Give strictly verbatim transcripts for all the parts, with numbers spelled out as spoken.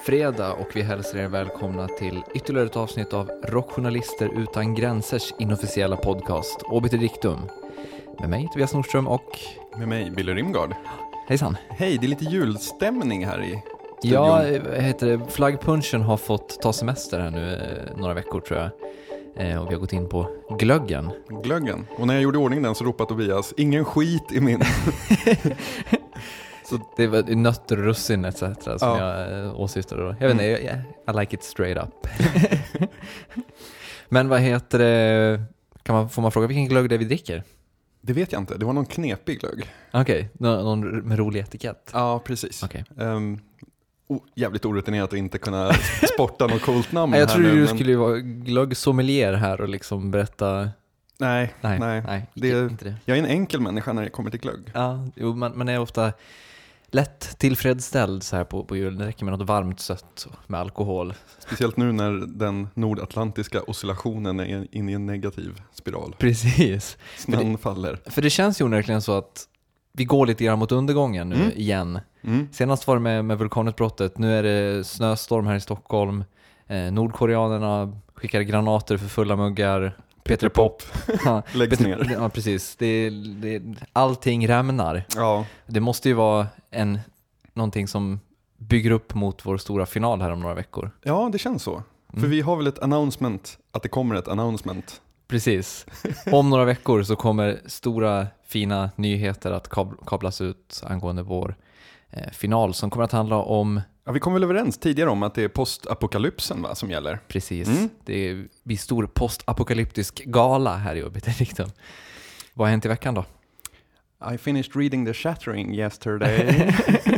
fredag och vi hälsar er välkomna till ytterligare ett avsnitt av Rockjournalister utan gränsers inofficiella podcast Obiter Dictum. Med mig Tobias Nordström och... Med mig Billy Rimgard. Hejsan. Hej, det är lite julstämning här i studion. Ja, heter det, flaggpunchen har fått ta semester här nu några veckor tror jag. Och vi har gått in på glöggen. Glöggen. Och när jag gjorde ordning den så ropade Tobias, ingen skit i min... Så det var nötter, russin et cetera som ja. jag åsyftade då. Jag vet inte, mm. I, I like it straight up. Men vad heter det? Kan man, får man fråga vilken glögg det är vi dricker? Det vet jag inte, det var någon knepig glögg. Okej, okay. Nå- någon med rolig etikett? Ja, precis. Okay. Um, oh, jävligt orutinerat att inte kunna sporta något coolt namn. Jag trodde nu, du men... skulle vara glöggsommelier här och liksom berätta... Nej, nej. nej, nej det är, inte det. Jag är en enkel människa när det kommer till glögg. Ja, jo, man, man är ofta lätt tillfredsställd så här på, på julen. Det räcker med något varmt sött med alkohol. Speciellt nu när den nordatlantiska oscillationen är inne i en negativ spiral. Precis. Snön det, faller. För det känns ju onekligen så att vi går lite grann mot undergången nu mm. igen. Mm. Senast var det med, med vulkanutbrottet. Nu är det snöstorm här i Stockholm. Eh, Nordkoreanerna skickar granater för fulla muggar. Peter Pop ja, läggs Peter, ner. Ja, precis. Det, det, allting rämnar. Ja. Det måste ju vara en, någonting som bygger upp mot vår stora final här om några veckor. Ja, det känns så. Mm. För vi har väl ett announcement, att det kommer ett announcement. Precis. Om några veckor så kommer stora fina nyheter att kab- kablas ut angående vår eh, final som kommer att handla om... Ja, vi kom väl överens tidigare om att det är postapokalypsen va, som gäller. Precis. Mm. Det är vi stor postapokalyptisk gala här i Obiter Dictum. Vad har hänt i veckan då? I finished reading The Shattering yesterday.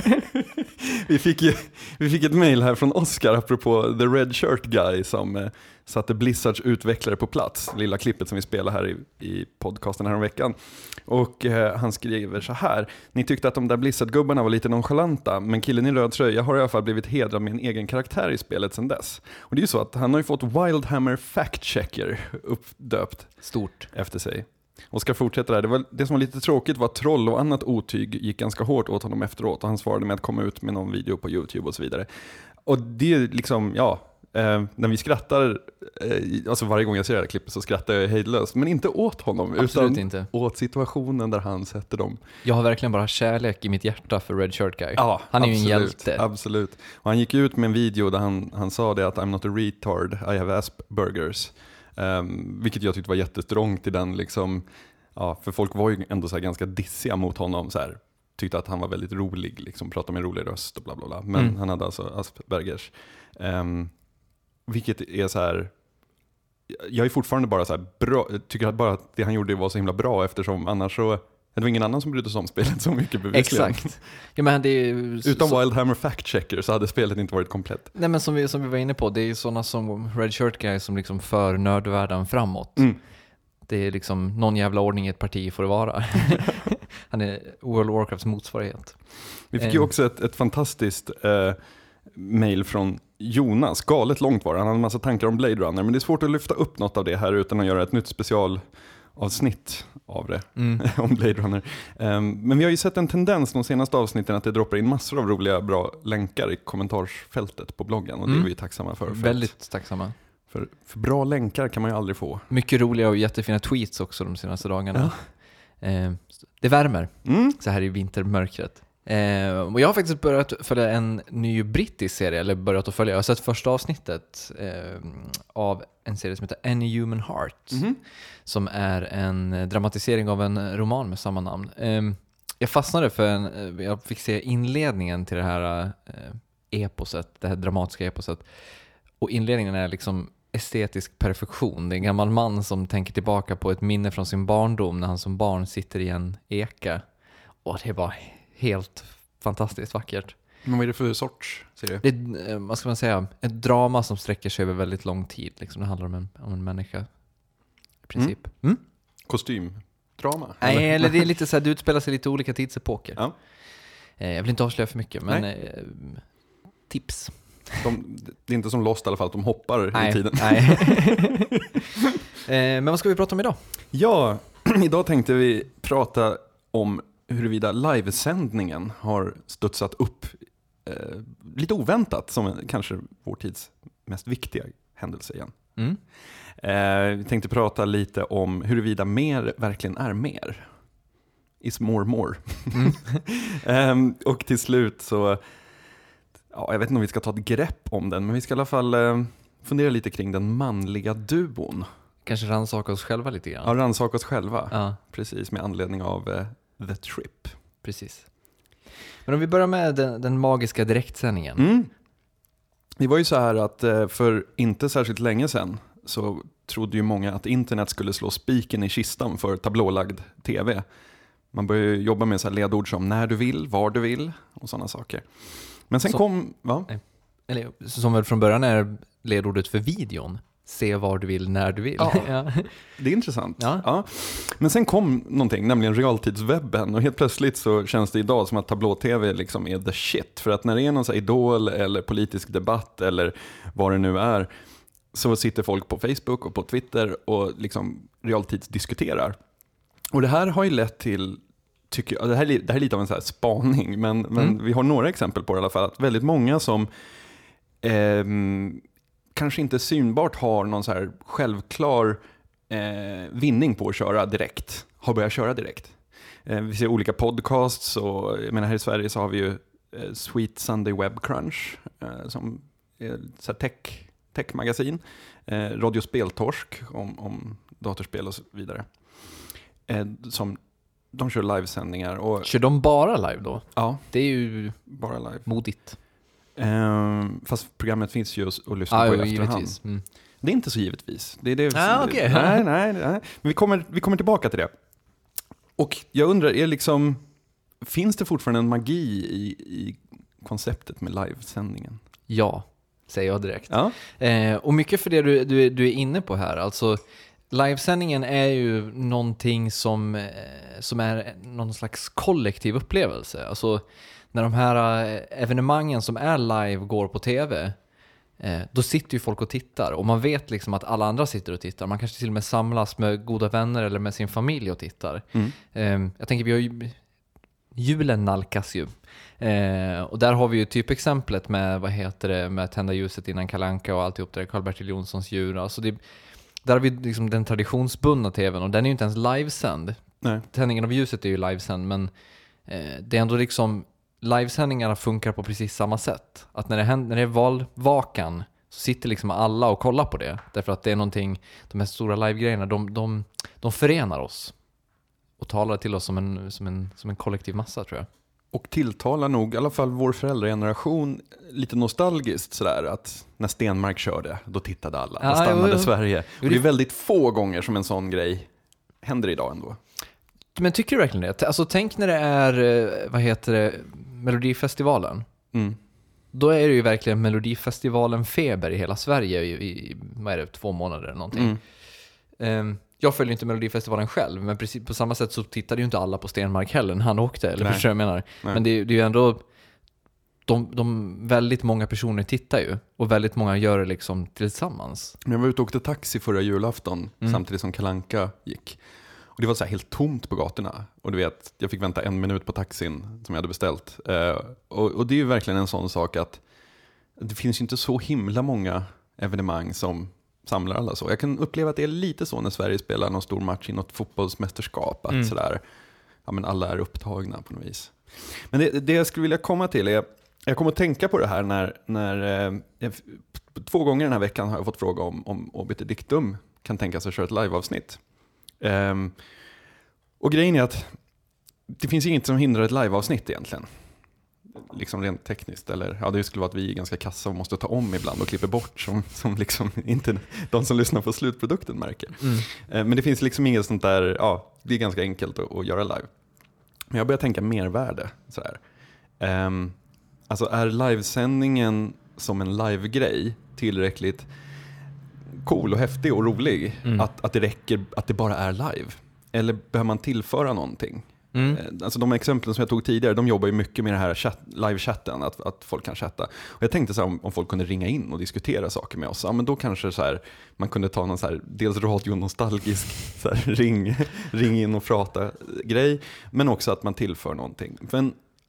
vi, fick ju, vi fick ett mejl här från Oscar apropå The Red Shirt Guy som eh, satte Blizzards utvecklare på plats. Lilla klippet som vi spelar här i, i podcasten här om veckan. Och eh, han skriver så här. Ni tyckte att de där Blizzard-gubbarna var lite nonchalanta, men killen i röd tröja har i alla fall blivit hedrad med en egen karaktär i spelet sedan dess. Och det är ju så att han har ju fått Wildhammer Fact Checker uppdöpt. Stort. Efter sig. Oskar fortsätter där. Det, var, det som var lite tråkigt var att troll och annat otyg gick ganska hårt åt honom efteråt. Och han svarade med att komma ut med någon video på YouTube och så vidare. Och det är liksom, ja, eh, när vi skrattar, eh, alltså varje gång jag ser det här klippet så skrattar jag hejdlöst. Men inte åt honom, absolut utan inte. Åt situationen där han sätter dem. Jag har verkligen bara kärlek i mitt hjärta för Red Shirt Guy. Ja, han är absolut, ju en hjälte. Absolut. Och han gick ut med en video där han, han sa det att I'm not a retard, I have Aspergers. Um, vilket jag tyckte var jättestrångt i den liksom, ja, för folk var ju ändå så här ganska dissiga mot honom så här, tyckte att han var väldigt rolig liksom, pratade med en rolig röst och bla bla bla, men mm. han hade alltså Aspergers. Um, vilket är så här, jag är fortfarande bara så här bra, tycker att bara att det han gjorde var så himla bra eftersom annars så det var ingen annan som brydde sig om spelet så mycket bevisligen. Exakt. Ja, men det är, utan så, Wildhammer Fact Checker så hade spelet inte varit komplett. Nej, men som vi, som vi var inne på, det är ju sådana som Red Shirt Guy som liksom för nördvärlden framåt. Mm. Det är liksom någon jävla ordning i ett parti får det vara. Han är World of Warcrafts motsvarighet. Vi fick ju också ett, ett fantastiskt eh, mail från Jonas. Galet långt var det. Han hade en massa tankar om Blade Runner. Men det är svårt att lyfta upp något av det här utan att göra ett nytt specialavsnitt av det. Mm. om Blade Runner. Um, men vi har ju sett en tendens de senaste avsnitten att det droppar in massor av roliga bra länkar i kommentarsfältet på bloggen. Och det mm. är vi tacksamma för. för Väldigt tacksamma. För, för bra länkar kan man ju aldrig få. Mycket roliga och jättefina tweets också de senaste dagarna. Ja. Eh, det värmer mm. så här i vintermörkret. Eh, och jag har faktiskt börjat följa en ny brittisk serie, eller börjat att följa. Jag har sett första avsnittet eh, av en serie som heter Any Human Heart. Mm. Som är en dramatisering av en roman med samma namn. Eh, jag fastnade för en, jag fick se inledningen till det här eh, eposet, det här dramatiska eposet. Och inledningen är liksom estetisk perfektion. Det är en gammal man som tänker tillbaka på ett minne från sin barndom när han som barn sitter i en eka. Och det var helt fantastiskt vackert. Men vad är det för sorts serie? Det är, vad ska man säga, ett drama som sträcker sig över väldigt lång tid. Liksom det handlar om en, om en människa i princip. Mm. Mm? Kostymdrama? Nej, eller? eller det är lite så här, det utspelar sig lite olika tidsepoker. Ja. Jag vill inte avslöja för mycket, men eh, tips. De, det är inte som Lost i alla fall, att de hoppar nej, i tiden. Nej. Men vad ska vi prata om idag? Ja, idag tänkte vi prata om huruvida livesändningen har studsat upp eh, lite oväntat som en, kanske vår tids mest viktiga händelse igen. Mm. Eh, vi tänkte prata lite om huruvida mer verkligen är mer. Is more more. Mm. eh, och till slut så, ja, jag vet inte om vi ska ta ett grepp om den, men vi ska i alla fall eh, fundera lite kring den manliga duon. Kanske rannsaka oss själva lite grann. Ja, rannsaka oss själva. Ja. Precis, med anledning av eh, The Trip. Precis. Men om vi börjar med den, den magiska direktsändningen. Mm. Det var ju så här att eh, för inte särskilt länge sedan så trodde ju många att internet skulle slå spiken i kistan för tablålagd tv. Man började jobba med så här ledord som när du vill, var du vill och sådana saker. Men sen så, kom... Va? Eller, som väl från början är ledordet för videon. Se var du vill, när du vill. Ja, ja. Det är intressant. Ja. Ja. Men sen kom någonting, nämligen realtidswebben. Och helt plötsligt så känns det idag som att tablå-tv liksom är the shit. För att när det är någon så här idol eller politisk debatt eller vad det nu är, så sitter folk på Facebook och på Twitter och liksom realtidsdiskuterar. Och det här har ju lett till, tycker jag, det här, det här är lite av en så här spaning, men, men mm. vi har några exempel på det i alla fall. Att väldigt många som... Eh, kanske inte synbart har någon så här självklar eh, vinning på att köra direkt, har börjat köra direkt. Eh, vi ser olika podcasts och jag menar, här i Sverige så har vi ju eh, Sweet Sunday Web Crunch eh, som är så här tech, tech-magasin. Eh, Radio Speltorsk om, om datorspel och så vidare. Eh, som, de kör livesändningar. Och, kör de bara live då? Ja. Det är ju bara live. modigt. Um, fast programmet finns ju att lyssna ah, på i efterhand. Mm. Det är inte så givetvis. Det är det, ah, okay. nej, nej, nej. Men vi kommer, vi kommer tillbaka till det. Och jag undrar, är liksom, finns det fortfarande en magi i, i konceptet med livesändningen? Ja, säger jag direkt. Ja. Eh, och mycket för det du, du, du är inne på här. Alltså, livesändningen är ju någonting som, som är någon slags kollektiv upplevelse. Alltså, när de här evenemangen som är live går på tv, eh, då sitter ju folk och tittar. Och man vet liksom att alla andra sitter och tittar. Man kanske till och med samlas med goda vänner eller med sin familj och tittar. Mm. Eh, jag tänker, vi har ju... Julen nalkas ju. Eh, och där har vi ju typexemplet med, vad heter det, med tända ljuset innan Kalle Anka och alltihop där, Karl-Bertil Jonssons djur. Alltså det, där har vi liksom den traditionsbundna tvn och den är ju inte ens livesänd. Nej. Tändningen av ljuset är ju livesänd, men eh, det är ändå liksom... Livesändningarna funkar på precis samma sätt. Att när det, händer, när det är valvakan så sitter liksom alla och kollar på det. Därför att det är någonting, de här stora live-grejerna, de, de, de förenar oss. Och talar till oss som en, som, en, som en kollektiv massa, tror jag. Och tilltalar nog i alla fall vår föräldrageneration lite nostalgiskt sådär. Att när Stenmark körde, då tittade alla. Då ja, stannade jo, jo. Sverige. Och det är väldigt få gånger som en sån grej händer idag ändå. Men tycker du verkligen det? Alltså tänk när det är, vad heter det, Melodifestivalen. Mm. Då är det ju verkligen Melodifestivalen-feber i hela Sverige i, i vad är det, två månader eller någonting. Mm. Um, jag följer inte Melodifestivalen själv, men precis på samma sätt så tittade ju inte alla på Stenmark heller när han åkte, eller förstår jag menar. Nej. Men det, det är ju ändå, de, de, väldigt många personer tittar ju, och väldigt många gör det liksom tillsammans. Jag var ute och åkte taxi förra julafton, mm. samtidigt som Kalle Anka gick. Och det var så här helt tomt på gatorna. Och du vet, jag fick vänta en minut på taxin som jag hade beställt. Uh, och, och det är ju verkligen en sån sak att det finns ju inte så himla många evenemang som samlar alla så. Jag kan uppleva att det är lite så när Sverige spelar någon stor match i något fotbollsmästerskap. Att mm. sådär, ja, men alla är upptagna på något vis. Men det, det jag skulle vilja komma till är, jag kommer att tänka på det här när, när eh, två gånger den här veckan har jag fått fråga om, om Obiter Dictum kan tänka sig att köra ett liveavsnitt. Um, och grejen är att det finns inget som hindrar ett liveavsnitt egentligen. Liksom rent tekniskt. Eller, ja, det skulle vara att vi är ganska kassa och måste ta om ibland och klipper bort som, som liksom inte de som lyssnar på slutprodukten märker. Mm. Uh, men det finns liksom inget sånt där, ja, det är ganska enkelt att, att göra live. Men jag börjar tänka mervärde. Sådär. Um, alltså är livesändningen som en live-grej tillräckligt cool och häftig och rolig, mm. att, att det räcker att det bara är live? Eller behöver man tillföra någonting? Mm. Alltså de exemplen som jag tog tidigare, de jobbar ju mycket med det här chat, live-chatten, att, att folk kan chatta. Och jag tänkte så här, om, om folk kunde ringa in och diskutera saker med oss, ja, men då kanske så här, man kunde ta någon så här, dels radio-nostalgisk så här, ring, ring in och prata grej, men också att man tillför någonting. Men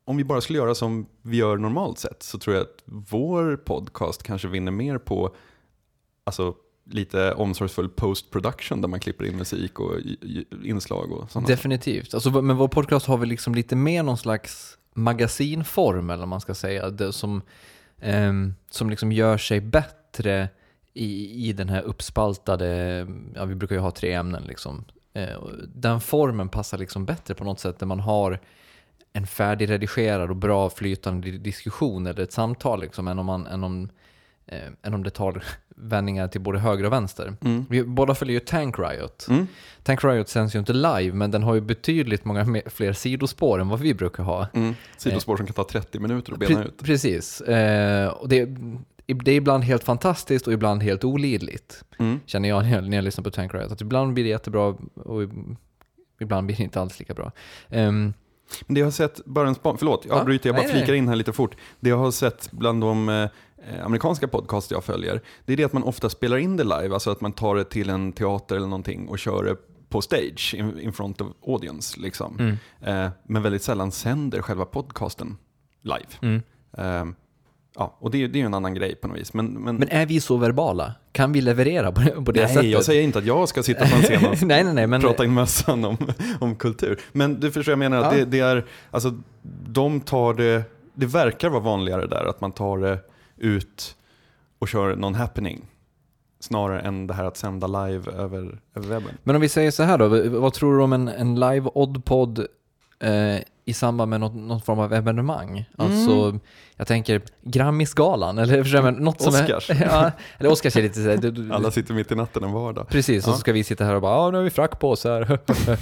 om vi bara skulle göra som vi gör normalt sett, så tror jag att vår podcast kanske vinner mer på alltså, lite omsorgsfull post-production där man klipper in musik och inslag och sådana. Definitivt. Alltså, men vår podcast har väl liksom lite mer någon slags magasinform, eller man ska säga, det som, eh, som liksom gör sig bättre i, i den här uppspaltade, ja, vi brukar ju ha tre ämnen liksom. Eh, den formen passar liksom bättre på något sätt, där man har en färdigredigerad och bra flytande diskussion eller ett samtal liksom, än om, man, än om, eh, än om det tar vändningar till både höger och vänster. Mm. Vi båda följer ju Tank Riot. Mm. Tank Riot sänds ju inte live, men den har ju betydligt många me- fler sidospår än vad vi brukar ha. Mm. Sidospår eh, som kan ta trettio minuter att bena pre- ut. Precis. Eh, och det, det är ibland helt fantastiskt och ibland helt olidligt. Mm. Känner jag när jag, när jag lyssnar på Tank Riot. Att ibland blir det jättebra och ibland blir det inte alls lika bra. Um, Men det jag har sett, bara en span, förlåt, jag avbryter, jag bara nej, flikar nej. in här lite fort. Det jag har sett bland de eh, amerikanska podcast jag följer, det är det att man ofta spelar in det live, alltså att man tar det till en teater eller någonting och kör det på stage in, in front of audience liksom. Mm. Eh, men väldigt sällan sänder själva podcasten live. Mm. Eh, ja, och det, det är ju en annan grej på något vis. Men, men... men är vi så verbala? Kan vi leverera på, på det nej, sättet? Nej, jag säger inte att jag ska sitta på en scen och nej, nej, nej, men... prata in mössan om, om kultur. Men du förstår, jag menar att ja. det, det är, alltså, de tar det, det verkar vara vanligare där att man tar det ut och kör någon happening snarare än det här att sända live över, över webben. Men om vi säger så här då, vad tror du om en, en live oddpod eh, i samband med något, någon form av evenemang? Mm. Alltså, jag tänker Grammy-skalan eller för mm. något som Oscars. Är, ja, eller Oscars är lite så här, du, du, alla sitter mitt i natten en vardag. Precis, ja. Och så ska vi sitta här och bara, ja nu har vi frack på oss här.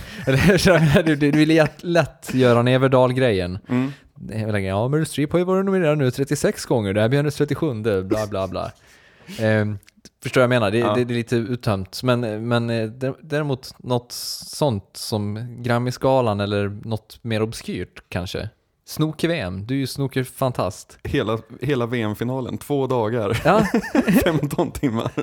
eller, du, du vill lätt, lätt göra Neverdal-grejen. Mm. Ja, Meryl Streep har ju varit nominerad nu trettiosex gånger, det här blir hennes trettiosju, bla bla bla. Um, förstår jag menar, det, ja. det, det är lite uttömt. Men, men däremot något sånt som Grammy-skalan eller något mer obskyrt kanske. Snooker-V M, du är ju snooker-fantast. Hela, hela V M-finalen, två dagar, ja. femton timmar.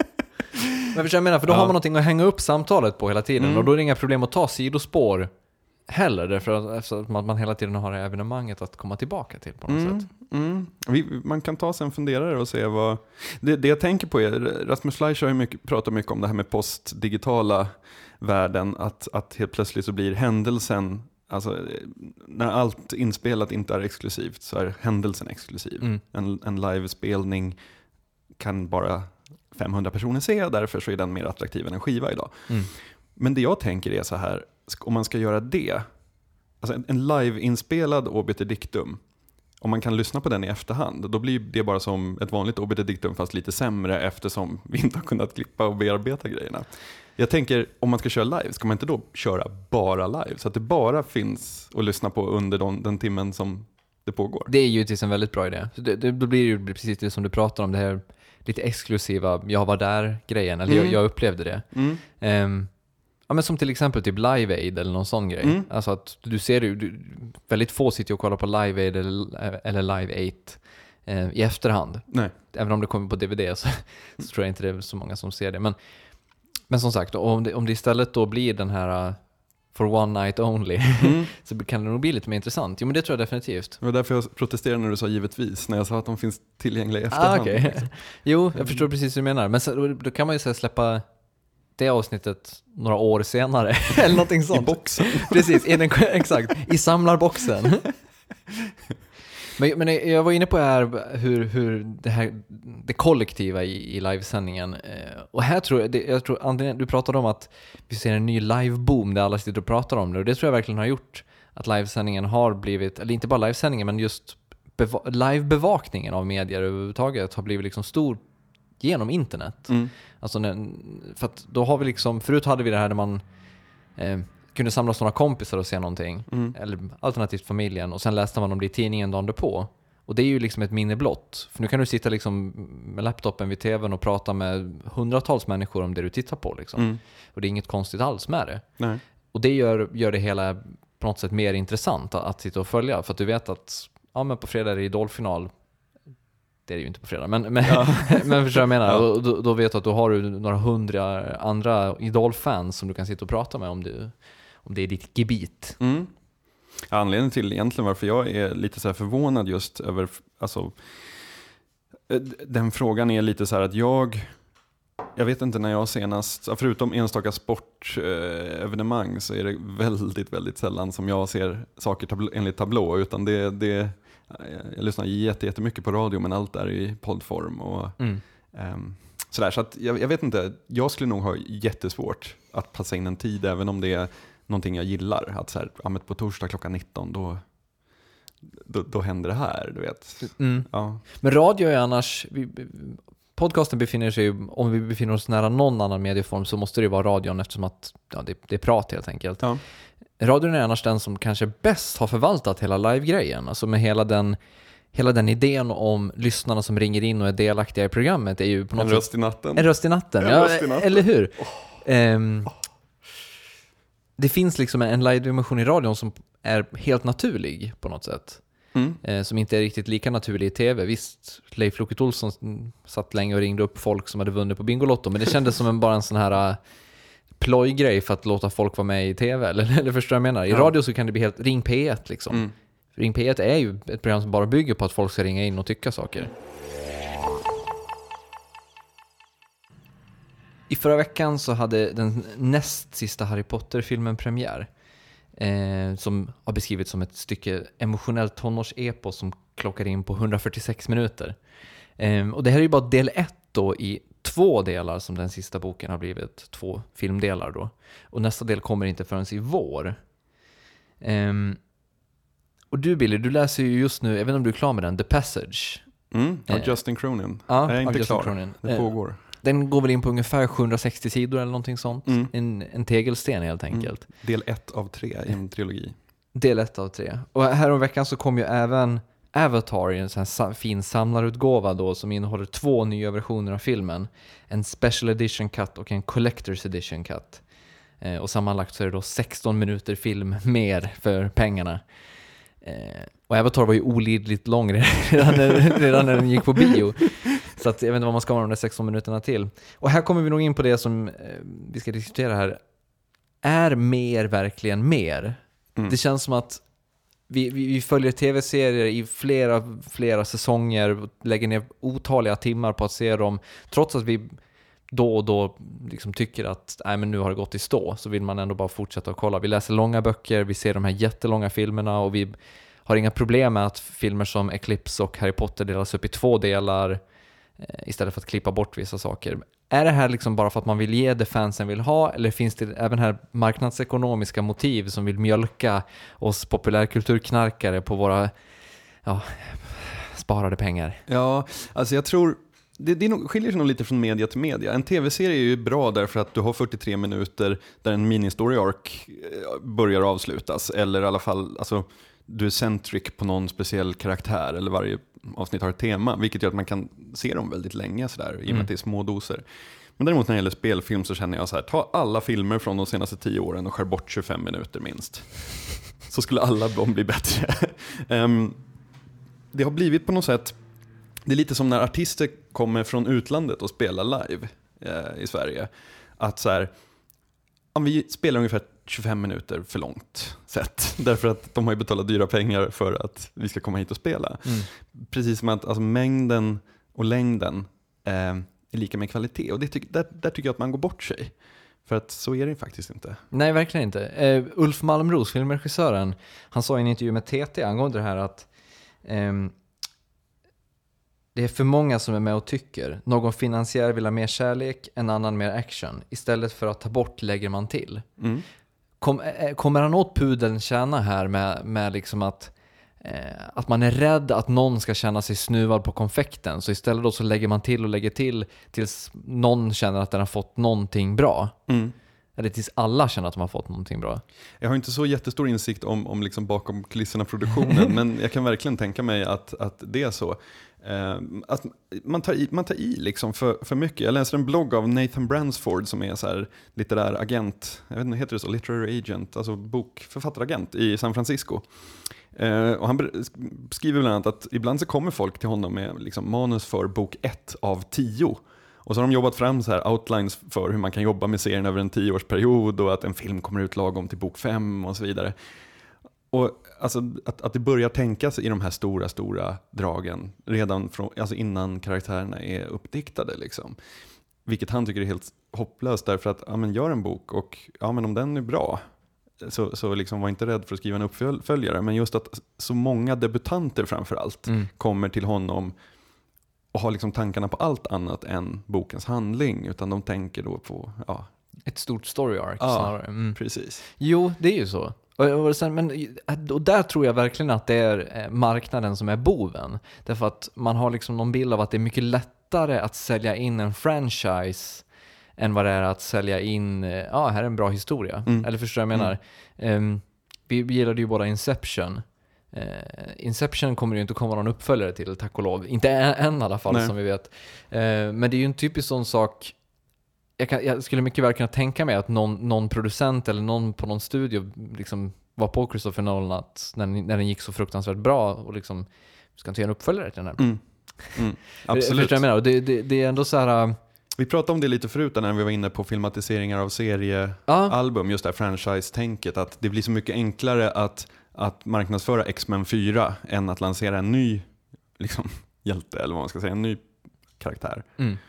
Men förstår jag menar, för då ja. har man någonting att hänga upp samtalet på hela tiden. Mm. Och då är det inga problem att ta sidospår heller, därför att man, man hela tiden har det evenemanget att komma tillbaka till på något mm, sätt. Mm. Vi, man kan ta sig en funderare och se vad... Det, det jag tänker på är, Rasmus Fleischer har ju mycket, pratat mycket om det här med postdigitala världen, att, att helt plötsligt så blir händelsen, alltså när allt inspelat inte är exklusivt så är händelsen exklusiv. Mm. En, en livespelning kan bara femhundra personer se, och därför så är den mer attraktiv än en skiva idag. Mm. Men det jag tänker är så här, om man ska göra det, alltså en, en live-inspelad Obiter Dictum, om man kan lyssna på den i efterhand, då blir det bara som ett vanligt Obiter Dictum fast lite sämre, eftersom vi inte har kunnat klippa och bearbeta grejerna. Jag tänker, om man ska köra live, ska man inte då köra bara live, så att det bara finns att lyssna på under den, den timmen som det pågår? Det är ju en väldigt bra idé. Det, det, då blir det ju precis det som du pratar om, det här lite exklusiva, jag var där-grejen, eller mm. jag, jag upplevde det. Mm. Um, Ja, men som till exempel typ Live Aid eller någon sån grej. Mm. Alltså att du ser ju, du, väldigt få sitter och kollar på Live Aid eller, eller Live eight eh, i efterhand. Nej. Även om det kommer på D V D så, så tror jag inte det är så många som ser det. Men, men som sagt, om det, om det istället då blir den här uh, for one night only mm. så kan det nog bli lite mer intressant. Jo, men det tror jag definitivt. Det var därför jag protesterade när du sa givetvis, när jag sa att de finns tillgängliga i efterhand. Ah, okay. Jo, jag förstår precis hur du menar. Men så, då, då kan man ju så här släppa det avsnittet några år senare eller någonting sånt. I boxen. Precis, i den, exakt, i samlarboxen. men, men jag var inne på här hur, hur det här det kollektiva i, i livesändningen, och här tror jag, det, jag tror André, du pratade om att vi ser en ny liveboom där alla sitter och pratar om det, och det tror jag verkligen har gjort att livesändningen har blivit, eller inte bara livesändningen men just beva- livebevakningen av medier överhuvudtaget har blivit liksom stor genom internet. Mm. Alltså när, för att då har vi liksom, förut hade vi det här där man eh, kunde samlas några kompisar och se någonting, mm. eller alternativt familjen, och sen läste man om det i tidningen dagen på. Och det är ju liksom ett minne blott. För nu kan du sitta liksom med laptopen vid tvn och prata med hundratals människor om det du tittar på liksom. Mm. Och det är inget konstigt alls med det. Nej. Och det gör, gör det hela på något sätt mer intressant att, att sitta och följa, för att du vet att ja, men på fredag är det idolfinal. Det är ju inte på fredag, men, men, ja. men förstår jag menar. Ja. Då, då vet du att då har du några hundra andra idolfans som du kan sitta och prata med om det, om det är ditt gebit. Mm. Anledningen till egentligen varför jag är lite så här förvånad just över, alltså, den frågan är lite så här att jag, jag vet inte när jag senast, förutom enstaka sportevenemang så är det väldigt, väldigt sällan som jag ser saker tablo, enligt tablå, utan det, det, jag lyssnar jätte, jättemycket på radio, men allt är i poddform och mm. um, sådär. Så att jag, jag vet inte, jag skulle nog ha jättesvårt att passa in en tid, även om det är någonting jag gillar. Att så här, ja, men på torsdag klockan nitton, då, då, då händer det här, du vet. Mm. Ja. Men radio är annars, vi, podcasten befinner sig, om vi befinner oss nära någon annan medieform så måste det vara radion, eftersom att ja, det, det är prat helt enkelt. Ja. Radion är annars den som kanske bäst har förvaltat hela live-grejen. Alltså med hela den, hela den idén om lyssnarna som ringer in och är delaktiga i programmet är ju på något en röst i natten. En röst i natten, en ja, röst i natten. Eller hur? Oh. Um, det finns liksom en live-dimension i radion som är helt naturlig på något sätt. Mm. Eh, som inte är riktigt lika naturlig i tv. Visst, Leif Loket Olsson satt länge och ringde upp folk som hade vunnit på Bingolotto, men det kändes som en, bara en sån här uh, plojgrej för att låta folk vara med i tv. Eller, eller förstår jag menar? I ja. radio så kan det bli helt, ring P ett liksom. Mm. Ring P ett är ju ett program som bara bygger på att folk ska ringa in och tycka saker. I förra veckan så hade den näst sista Harry Potter-filmen premiär. Eh, som har beskrivits som ett stycke emotionellt tonårsepos som klockar in på hundrafyrtiosex minuter. Eh, och det här är ju bara del ett då i två delar, som den sista boken har blivit två filmdelar då. Och nästa del kommer inte förrän i vår. Eh, och du Billy, du läser ju just nu, även om du är klar med den, The Passage. Mm, av eh, Justin Cronin. Ja, jag är inte klar, Cronin. Det pågår. Den går väl in på ungefär sjuhundrasextio sidor eller någonting sånt. Mm. En, en tegelsten helt enkelt. Mm. Del ett av tre i en trilogi. Del ett av tre. Och här om veckan så kom ju även Avatar i en sån här fin samlarutgåva då, som innehåller två nya versioner av filmen. En Special Edition Cut och en Collector's Edition Cut. Eh, och sammanlagt så är det då sexton minuter film mer för pengarna. Eh, och Avatar var ju olidligt lång redan när, redan när den gick på bio. Så att jag vet inte vad man ska ha de där sexton minuterna till. Och här kommer vi nog in på det som eh, vi ska diskutera här. Är mer verkligen mer? Mm. Det känns som att vi, vi, vi följer tv-serier i flera, flera säsonger och lägger ner otaliga timmar på att se dem. Trots att vi då och då liksom tycker att nej, men nu har det gått i stå, så vill man ändå bara fortsätta att kolla. Vi läser långa böcker, vi ser de här jättelånga filmerna och vi har inga problem med att filmer som Eclipse och Harry Potter delas upp i två delar istället för att klippa bort vissa saker. Är det här liksom bara för att man vill ge det fansen vill ha, eller finns det även här marknadsekonomiska motiv som vill mjölka oss populärkulturknarkare på våra ja, sparade pengar? Ja, alltså jag tror det, det är nog, skiljer sig nog lite från media till media. En tv-serie är ju bra därför att du har fyrtiotre minuter där en mini-story arc börjar avslutas, eller i alla fall alltså, du är centric på någon speciell karaktär, eller varje avsnitt har ett tema, vilket gör att man kan se dem väldigt länge sådär, i och med mm. att det är små doser. Men däremot när det gäller spelfilm så känner jag så här, ta alla filmer från de senaste tio åren och skär bort tjugofem minuter minst. Så skulle alla de bli bättre. um, det har blivit på något sätt, det är lite som när artister kommer från utlandet och spelar live eh, i Sverige. Att så här, om vi spelar ungefär tjugofem minuter för långt sett. Därför att de har ju betalat dyra pengar för att vi ska komma hit och spela. Mm. Precis som att alltså, mängden och längden eh, är lika med kvalitet. Och det ty- där, där tycker jag att man går bort sig. För att så är det faktiskt inte. Nej, verkligen inte. Uh, Ulf Malmros, filmregissören, han sa i en intervju med T T angående det här att um, det är för många som är med och tycker. Någon finansiär vill ha mer kärlek, en annan mer action. Istället för att ta bort lägger man till. Mm. Kom, kommer han åt pudeln tjäna här med, med liksom att, eh, att man är rädd att någon ska känna sig snuvad på konfekten, så istället då så lägger man till och lägger till tills någon känner att den har fått någonting bra. Mm. Eller tills alla känner att de har fått någonting bra. Jag har inte så jättestor insikt om, om liksom bakom kulisserna produktionen, men jag kan verkligen tänka mig att, att det är så. Uh, att man tar i, man tar i liksom för, för mycket. Jag läser en blogg av Nathan Bransford som är så här litterär agent, jag vet inte, heter det så? Literary agent, alltså bokförfattaragent i San Francisco. Uh, och han skriver bland annat att ibland så kommer folk till honom med liksom manus för bok ett av tio. Och så har de jobbat fram så här outlines för hur man kan jobba med serien över en tioårsperiod och att en film kommer ut lagom till bok fem och så vidare. Och alltså, att, att det börjar tänkas i de här stora, stora dragen redan från, alltså innan karaktärerna är uppdiktade. Liksom. Vilket han tycker är helt hopplöst därför att ja, men gör en bok och ja, men om den är bra så, så liksom var inte rädd för att skriva en uppföljare. Men just att så många debutanter framförallt mm. kommer till honom och har liksom tankarna på allt annat än bokens handling. Utan de tänker då på... Ja, ett stort story arc ja, snarare. Mm. Precis. Jo, det är ju så. Och, och, sen, men, och där tror jag verkligen att det är marknaden som är boven. Därför att man har liksom någon bild av att det är mycket lättare att sälja in en franchise än vad det är att sälja in, ja, här är en bra historia. Mm. Eller förstår jag menar? Mm. Um, vi, vi gillade ju båda Inception. Uh, Inception kommer ju inte komma någon uppföljare till, tack och lov. Inte än i alla fall. Nej. Som vi vet. Uh, men det är ju en typisk sån sak. Jag, kan, jag skulle mycket väl kunna tänka mig att någon, någon producent eller någon på någon studio liksom var på Christopher Nolan att när, när den gick så fruktansvärt bra och liksom ska inte göra en uppföljare till den här. Mm. Mm. Absolut. Jag menar, det, det, det är ändå så här... Vi pratade om det lite förut när vi var inne på filmatiseringar av seriealbum, ja. Just det här franchise-tänket, att det blir så mycket enklare att, att marknadsföra X-Men fyra än att lansera en ny liksom, hjälte, eller vad man ska säga, en ny karaktär. Mm.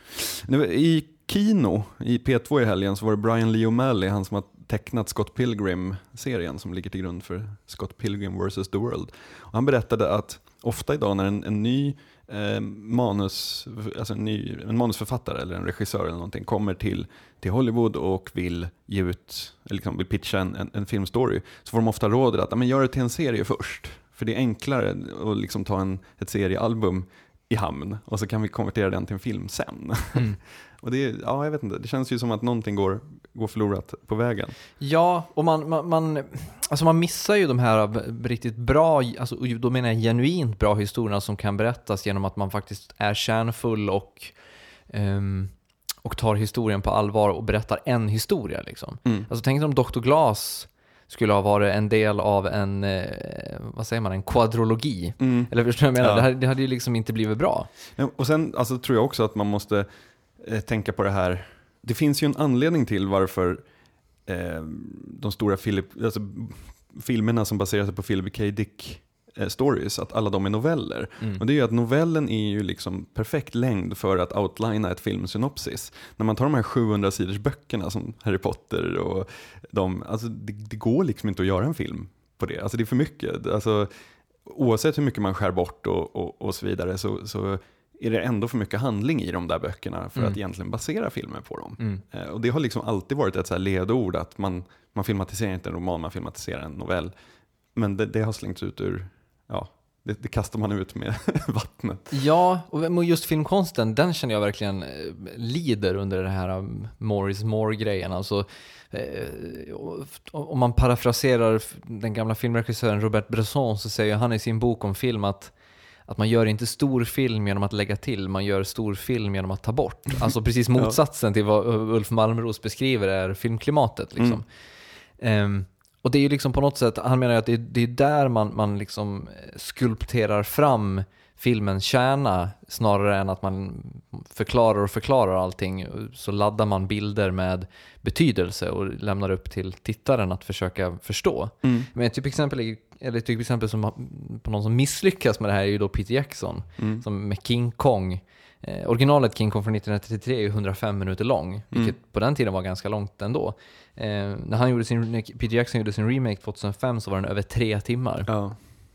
I Kino, i P två i helgen, så var det Brian Lee O'Malley, han som har tecknat Scott Pilgrim-serien som ligger till grund för Scott Pilgrim versus the World. Och han berättade att ofta idag när en, en ny eh, manus, alltså en, ny, en manusförfattare eller en regissör eller någonting kommer till, till Hollywood och vill ge ut, eller liksom vill pitcha en, en, en filmstory, så får de ofta rådet att men gör det till en serie först. För det är enklare att liksom ta en, ett seriealbum i hamn och så kan vi konvertera den till en film sen. Mm. Och det, ja, jag vet inte, det känns ju som att någonting går, går förlorat på vägen. Ja, och man, man, man, alltså man missar ju de här riktigt bra, alltså då menar jag genuint bra historierna som kan berättas genom att man faktiskt är kärnfull och, um, och tar historien på allvar och berättar en historia. Liksom. Mm. Alltså tänk om doktor Glass skulle ha varit en del av en, eh, vad säger man, en quadrologi. Mm. Eller förstår jag menar? Ja. Det, här, det hade ju liksom inte blivit bra. Ja, och sen alltså, tror jag också att man måste eh, tänka på det här. Det finns ju en anledning till varför eh, de stora Philip, alltså, filmerna som baserar sig på Philip K. Dick eh, stories, att alla de är noveller. Mm. Och det är ju att novellen är ju liksom perfekt längd för att outlina ett filmsynopsis. När man tar de här sjuhundra sidors böckerna som Harry Potter och de, alltså det, det går liksom inte att göra en film på det. Alltså det är för mycket. Alltså, oavsett hur mycket man skär bort och, och, och så vidare så, så är det ändå för mycket handling i de där böckerna för mm. att egentligen basera filmer på dem. Mm. Eh, och det har liksom alltid varit ett så här ledord att man, man filmatiserar inte en roman, man filmatiserar en novell. Men det, det har slängts ut ur, ja, det, det kastar man ut med vattnet. Ja, och just filmkonsten, den känner jag verkligen lider under det här Morris Moore-grejen. Alltså, eh, om man parafraserar den gamla filmregissören Robert Bresson så säger han i sin bok om film att Att man gör inte stor film genom att lägga till, man gör stor film genom att ta bort. Alltså precis motsatsen ja. till vad Ulf Malmros beskriver är filmklimatet. Liksom. Mm. Um, och det är ju liksom på något sätt, han menar att det är, det är där man, man liksom skulpterar fram filmens kärna snarare än att man förklarar och förklarar allting. Så laddar man bilder med betydelse och lämnar upp till tittaren att försöka förstå. Mm. Men ett typ exempel, eller ett typ exempel som, på någon som misslyckas med det här är ju då Peter Jackson mm. som med King Kong. Eh, originalet King Kong från nittonhundratrettiotre är ju hundrafem minuter lång, vilket mm. på den tiden var ganska långt ändå. Eh, när, han gjorde sin, när Peter Jackson gjorde sin remake tjugohundrafem så var den över tre timmar. Ja.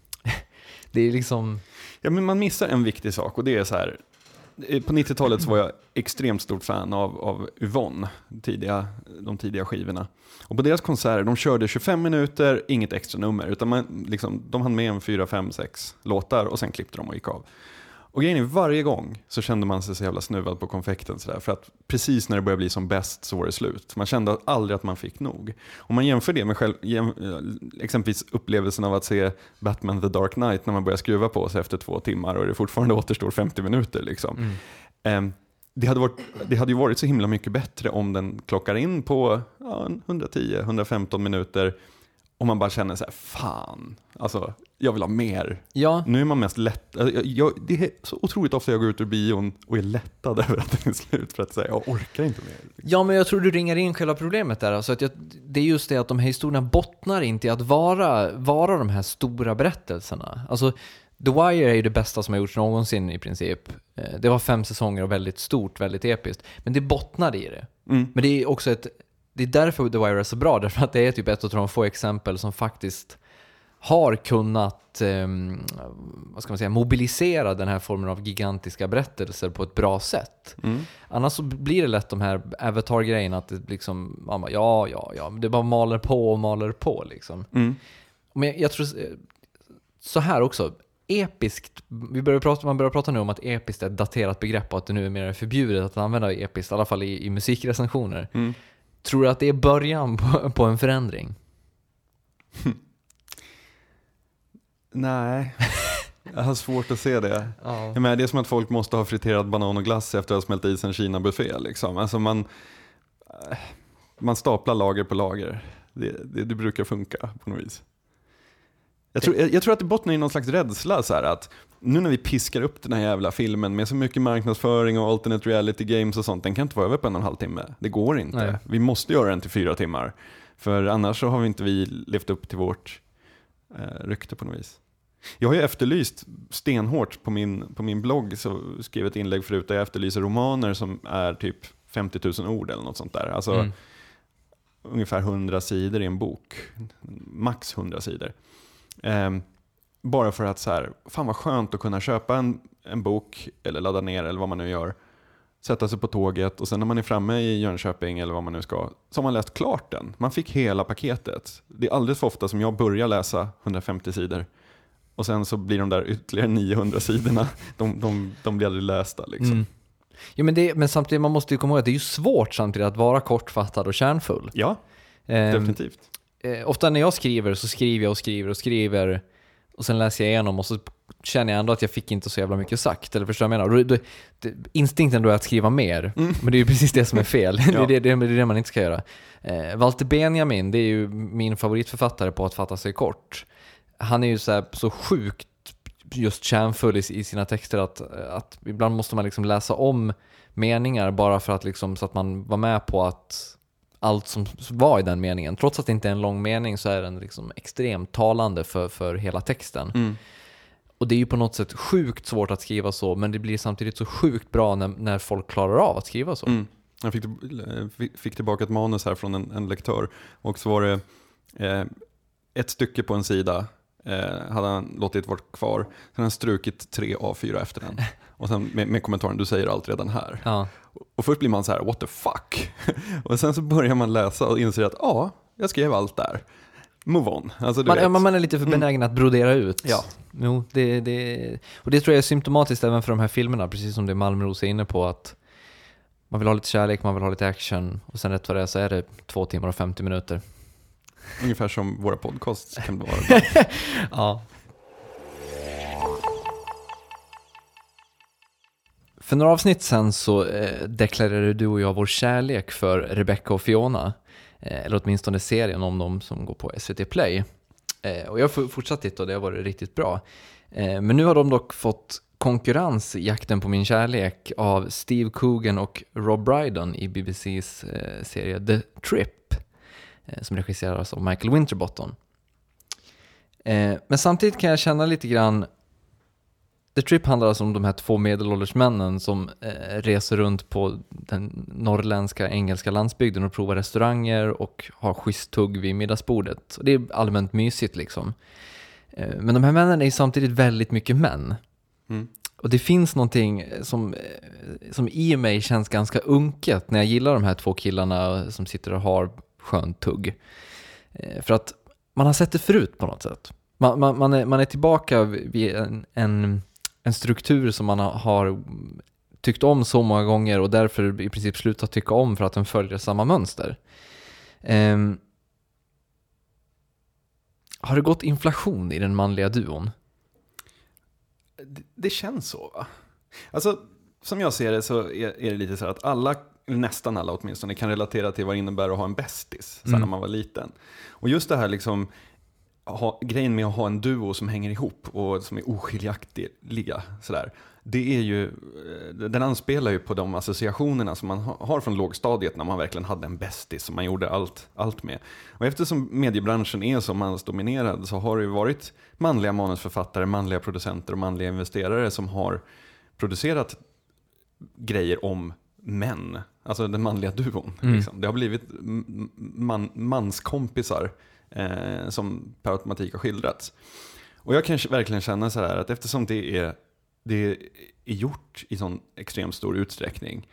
Det är liksom... Ja, men man missar en viktig sak och det är så här. På nittiotalet så var jag extremt stort fan av, av Yvonne, tidiga, de tidiga skivorna. Och på deras konserter, de körde tjugofem minuter, inget extra nummer. Utan man, liksom, de hann med en fyra, fem, sex låtar och sen klippte de och gick av. Och grejen är, varje gång så kände man sig så jävla snuvad på konfekten så där, för att precis när det började bli som bäst så var det slut. Man kände aldrig att man fick nog. Om man jämför det med själv, jäm, exempelvis upplevelsen av att se Batman The Dark Knight när man börjar skruva på sig efter två timmar och det fortfarande återstår femtio minuter. Liksom. Mm. Um, det, hade varit, det hade ju varit så himla mycket bättre om den klockar in på ja, hundratio till hundrafemton minuter Och man bara känner så här, fan, alltså jag vill ha mer. Ja. Nu är man mest lätt, jag, jag, det är så otroligt ofta jag går ut ur bion och är lättad över att den är slut för att säga, jag orkar inte mer. Ja, men jag tror du ringar in själva problemet där. Alltså att jag, det är just det att de här historierna bottnar inte i att vara, vara de här stora berättelserna. Alltså, The Wire är ju det bästa som har gjorts någonsin i princip. Det var fem säsonger och väldigt stort, väldigt episkt. Men det bottnade i det. Mm. Men det är också ett, det är därför The Wire är så bra, därför att det är typ ett av de få exempel som faktiskt har kunnat eh, vad ska man säga, mobilisera den här formen av gigantiska berättelser på ett bra sätt. Mm. Annars så blir det lätt de här Avatar-grejerna att det liksom, ja, ja, ja, det bara maler på och maler på liksom. Mm. Men jag tror så här också, episkt, vi börjar prata, man börjar prata nu om att episkt är ett daterat begrepp och att det nu är mer förbjudet att använda episkt, i alla fall i, i musikrecensioner. Mm. Tror du att det är början på, på en förändring? Nej, jag har svårt att se det. Ja. Jag menar, det är som att folk måste ha friterat banan och glass efter att ha smält i sig en Kina-buffé. Liksom. Alltså man, man staplar lager på lager. Det, det, det brukar funka på något vis. Jag tror, jag, jag tror att det bottnar i någon slags rädsla. Så här, att nu när vi piskar upp den här jävla filmen med så mycket marknadsföring och alternate reality games och sånt, den kan inte vara över på en och en halv timme. Det går inte. Nej. Vi måste göra den till fyra timmar. För annars så har vi inte vi levt upp till vårt eh, rykte på något vis. Jag har ju efterlyst stenhårt på min, på min blogg, så skrev ett inlägg förut där jag efterlyser romaner som är typ femtio tusen ord eller något sånt där. Alltså mm. ungefär hundra sidor i en bok. Max hundra sidor. Um, bara för att så här, fan vad skönt att kunna köpa en, en bok eller ladda ner eller vad man nu gör, sätta sig på tåget och sen när man är framme i Jönköping eller vad man nu ska, så har man läst klart den. Man fick hela paketet. Det är alldeles för ofta som jag börjar läsa hundrafemtio sidor och sen så blir de där ytterligare niohundra sidorna, de, de, de blir aldrig lästa liksom. Mm. Jo, men, det, men samtidigt, man måste ju komma ihåg att det är ju svårt samtidigt att vara kortfattad och kärnfull. Ja, eh, definitivt. Eh, ofta när jag skriver så skriver jag och skriver och skriver och sen läser jag igenom och så känner jag ändå att jag fick inte så jävla mycket sagt. Eller förstår jag menar? Då, då, det, instinkten då är att skriva mer, mm. men det är ju precis det som är fel. Ja. det, det, det, det är det man inte ska göra. Eh, Walter Benjamin, det är ju min favoritförfattare på att fatta sig kort. Han är ju så, här, så sjukt just kärnfull i, i sina texter att, att ibland måste man liksom läsa om meningar bara för att liksom, så att man var med på att allt som var i den meningen. Trots att det inte är en lång mening så är den liksom extremt talande för, för hela texten. Mm. Och det är ju på något sätt sjukt svårt att skriva så, men det blir samtidigt så sjukt bra när, när folk klarar av att skriva så. Mm. Jag fick, fick tillbaka ett manus här från en, en lektör och så var det eh, ett stycke på en sida eh, hade han låtit vara kvar. Sen hade han strukit tre A fyra efter den. Och sen med, med kommentaren, du säger allt redan här. Ja. Och först blir man så här, what the fuck? Och sen så börjar man läsa och inser att ja, jag skrev allt där. Move on. Alltså, du man, vet. man är lite för benägen mm. att brodera ut. Ja. Jo, det, det, och det tror jag är symptomatiskt även för de här filmerna, precis som det Malmros är inne på, att man vill ha lite kärlek, man vill ha lite action och sen rätt vad det är så är det två timmar och femtio minuter. Ungefär som våra podcasts kan det vara. Ja. För några avsnitt sen så eh, deklarerade du och jag vår kärlek för Rebecca och Fiona. Eh, eller åtminstone serien om dem som går på S V T Play. Eh, och jag har fortsatt titta och det har varit riktigt bra. Eh, men nu har de dock fått konkurrens i Jakten på min kärlek av Steve Coogan och Rob Brydon i B B C:s eh, serie The Trip. Eh, som regisseras av Michael Winterbottom. Eh, men samtidigt kan jag känna lite grann. The Trip handlar alltså om de här två medelålders männen som eh, reser runt på den norrländska engelska landsbygden och provar restauranger och har schysst tugg vid middagsbordet. Och det är allmänt mysigt liksom. Eh, men de här männen är samtidigt väldigt mycket män. Mm. Och det finns någonting som, som i mig känns ganska unket när jag gillar de här två killarna som sitter och har skönt tugg. Eh, för att man har sett det förut på något sätt. Man, man, man, är, man är tillbaka vid en... en En struktur som man har tyckt om så många gånger och därför i princip slutat tycka om för att den följer samma mönster. Um, har det gått inflation i den manliga duon? Det, det känns så, va? Alltså, som jag ser det så är, är det lite så att alla nästan alla åtminstone, kan relatera till vad det innebär att ha en bästis sen Mm. när man var liten. Och just det här liksom, ha, grejen med att ha en duo som hänger ihop och som är oskiljaktiga sådär. Det är ju, den anspelar ju på de associationerna som man har från lågstadiet när man verkligen hade en bästis som man gjorde allt, allt med. Och eftersom mediebranschen är så mansdominerad så har det ju varit manliga manusförfattare, manliga producenter och manliga investerare som har producerat grejer om män. Alltså den manliga duon. Mm. Liksom. Det har blivit man, manskompisar eh, som per automatik har skildrats. Och jag kan verkligen känna så här att eftersom det är det är gjort i sån extremt stor utsträckning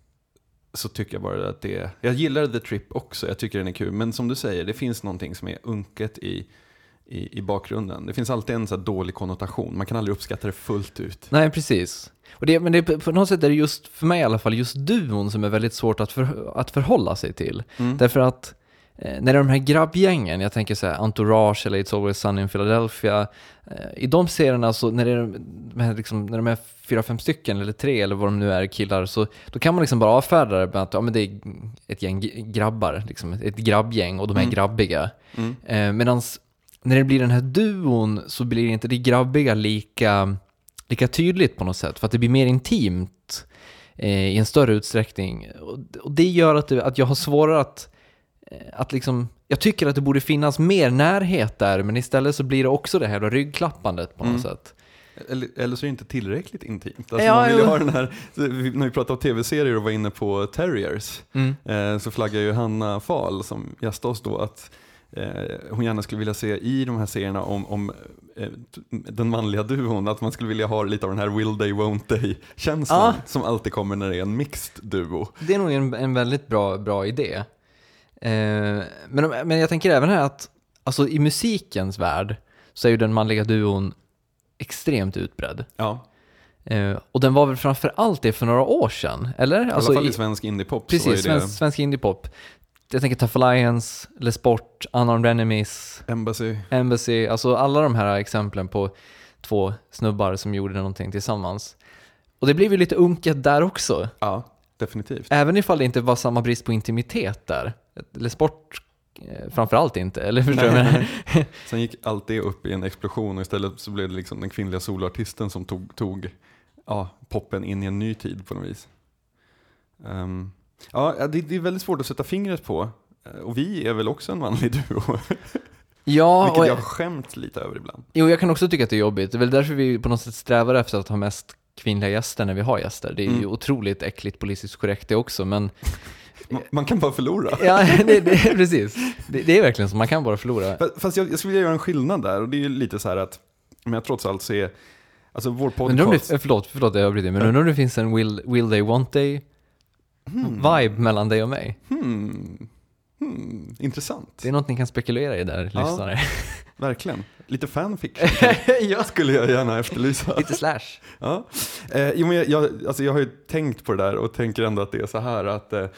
så tycker jag bara att det är... Jag gillar The Trip också, jag tycker den är kul. Men som du säger, det finns någonting som är unket i, i, i bakgrunden. Det finns alltid en så här dålig konnotation. Man kan aldrig uppskatta det fullt ut. Nej, precis. Och det, men det, på något sätt är det just, för mig i alla fall, just duon som är väldigt svårt att, för, att förhålla sig till. Mm. Därför att eh, när det är de här grabbgängen, jag tänker så här Entourage eller It's Always Sunny in Philadelphia, eh, i de serierna så när, det är, de här, liksom, när de är fyra, fem stycken eller tre eller vad de nu är killar, så då kan man liksom bara avfärda det med att ja, men det är ett gäng grabbar, liksom, ett grabbgäng och de är mm. grabbiga. Mm. Eh, medans när det blir den här duon så blir inte det grabbiga lika... lika tydligt på något sätt, för att det blir mer intimt eh, i en större utsträckning. Och, och det gör att, det, att jag har svårare att, eh, att liksom, jag tycker att det borde finnas mer närhet där, men istället så blir det också det här då, ryggklappandet på något mm. sätt. Eller, eller så är det inte tillräckligt intimt. Alltså ja, man vill ju ja. ha den här, när vi pratade om tv-serier och var inne på Terriers, mm. eh, så flaggar ju Hanna Fahl som gästade oss då att eh, hon gärna skulle vilja se i de här serierna om, om eh, den manliga duon, att man skulle vilja ha lite av den här will they, won't they-känslan ja. som alltid kommer när det är en mixed duo. Det är nog en, en väldigt bra, bra idé. Eh, men, men jag tänker även här att alltså, i musikens värld så är ju den manliga duon extremt utbredd. Ja. Uh, och den var väl framför allt det för några år sedan, eller? I alla alltså, fall i svensk indiepop. Precis, så är det... svensk, svensk indiepop. Jag tänker Tough Alliance, Les Sport, Unarmed Enemies, Embassy. Embassy, alltså alla de här exemplen på två snubbar som gjorde någonting tillsammans. Och det blev ju lite unket där också. Ja, definitivt. Även ifall det inte var samma brist på intimitet där. Les Sport framförallt inte, eller förstår du? Nej, nej. Sen gick allt det upp i en explosion och istället så blev det liksom den kvinnliga solartisten som tog, tog ja, poppen in i en ny tid på något vis. Um, ja, det, det är väldigt svårt att sätta fingret på. Och vi är väl också en manlig duo. Ja, vilket och jag har skämt lite över ibland. Jo, jag kan också tycka att det är jobbigt. Det är väl därför vi på något sätt strävar efter att ha mest kvinnliga gäster när vi har gäster. Det är mm. ju otroligt äckligt politiskt korrekt det också, men... Man, man kan bara förlora. Ja, det, det, precis. Det, det är verkligen så, man kan bara förlora. Fast jag, jag skulle vilja göra en skillnad där, och det är ju lite så här att, men jag trots allt ser, alltså vår podcast... Men det, förlåt, förlåt jag avbryter, men undrar om det finns en will, will they, won't they hmm. vibe mellan dig och mig? Hmm. Hmm. Intressant. Det är något ni kan spekulera i där, ja, lyssnare. Verkligen. Lite fanfiction ja. skulle jag gärna efterlysa. Lite slash. Ja. Eh, jo, men jag, jag, alltså jag har ju tänkt på det där och tänker ändå att det är så här att eh,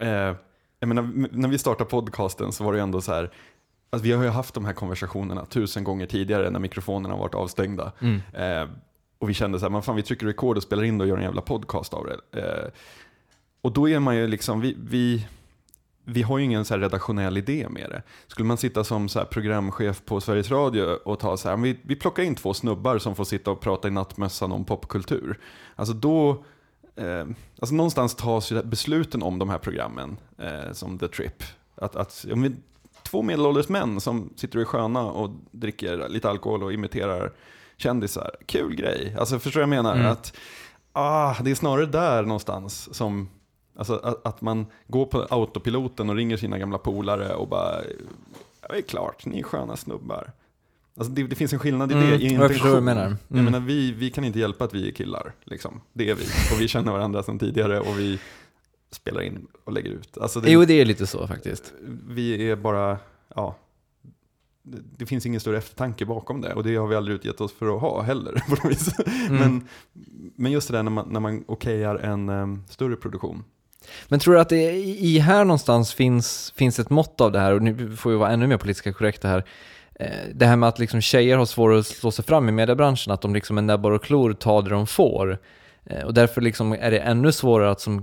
jag menar, när vi startade podcasten så var det ju ändå så här, alltså vi har ju haft de här konversationerna tusen gånger tidigare när mikrofonerna har varit avstängda. Mm. Eh, och vi kände så här, man fan vi trycker record och spelar in och gör en jävla podcast av det. Eh, och då är man ju liksom, vi... vi Vi har ju ingen så här redaktionell idé med det. Skulle man sitta som så här programchef på Sveriges Radio och ta så här, vi, vi plockar in två snubbar som får sitta och prata i nattmössan om popkultur. Alltså då, eh, alltså någonstans tas ju besluten om de här programmen eh, som The Trip. Att, att ja, men, två medelålders män som sitter i sköna och dricker lite alkohol och imiterar kändisar. Kul grej. Alltså förstår jag menar? Mm. Att ah, det är snarare där någonstans som... Alltså att, att man går på autopiloten och ringer sina gamla polare och bara, ja, det är klart, ni är sköna snubbar. Alltså det, det finns en skillnad i det. Mm, i jag förstår vad du menar. Mm. Jag menar vi, vi kan inte hjälpa att vi är killar. Liksom. Det är vi. Och vi känner varandra sedan tidigare och vi spelar in och lägger ut. Alltså det, jo, det är lite så faktiskt. Vi är bara, ja... Det, det finns ingen större eftertanke bakom det. Och det har vi aldrig utgett oss för att ha heller. På något vis. Mm. Men, men just det där när man, när man okejar en um, större produktion. Men tror du att det i här någonstans finns, finns ett mått av det här, och nu får vi vara ännu mer politiska korrekta här, det här med att liksom tjejer har svårare att slå sig fram i mediebranschen, att de liksom med näbbar och klor tar det de får, och därför liksom är det ännu svårare att, som,